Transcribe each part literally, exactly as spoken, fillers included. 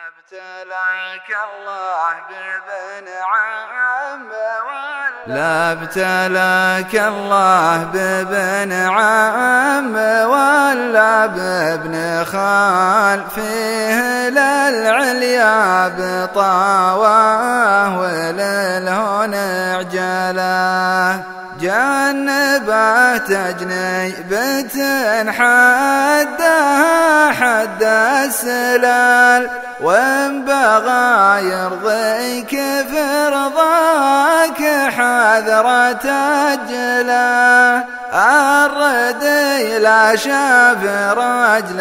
ابتلاك الله بابن عم لا ابتلاك الله بابن عم ولا بابن خال فيه للعليا بطاواه وللهون عجله جنبه تجنيبة حدها حد السلال وان بغى يرضيك في رضاك حذرة الجلاه الردي لا شاف رجل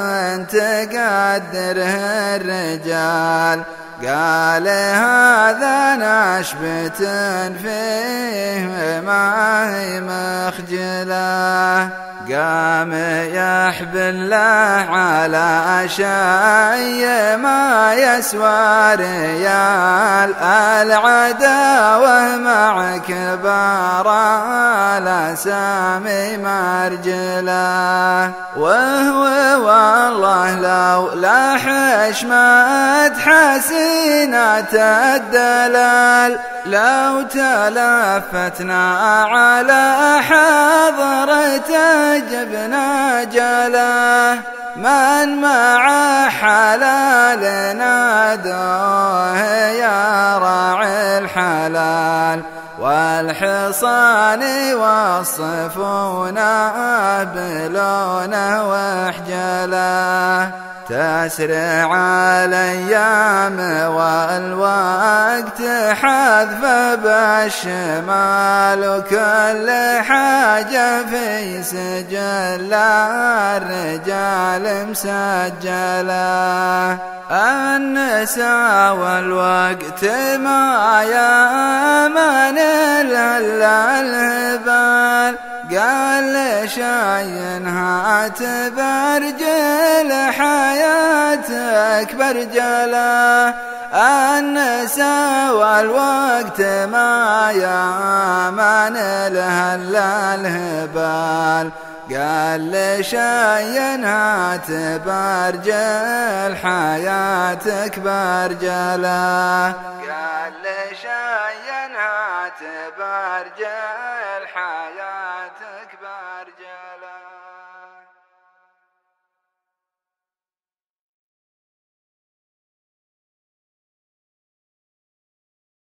تقدره الرجال قال هذا نشبة فيه ما هي مخجله قام يحبل له على شيء ما يسوى ريال العداوة مع كبار الأسامي مرجله وهو والله لو لا حشمة حسينة الدلال لو تلفتنا على حضرته جبنا جله من مع حلال نادوه يا راعي الحلال والحصان يوصفونه بلونه واحجله تسرع الايام والوقت حذف بالشمال وكل حاجه في سجل الرجال مسجله النساء والوقت ما يامن الا الهبال قال شاين هات برجل حياتك برجله النساء والوقت ما يامن لها الا الهبال قال شاين هات برجل حياتك برجله قال شاين هات برجل حياتك برجله.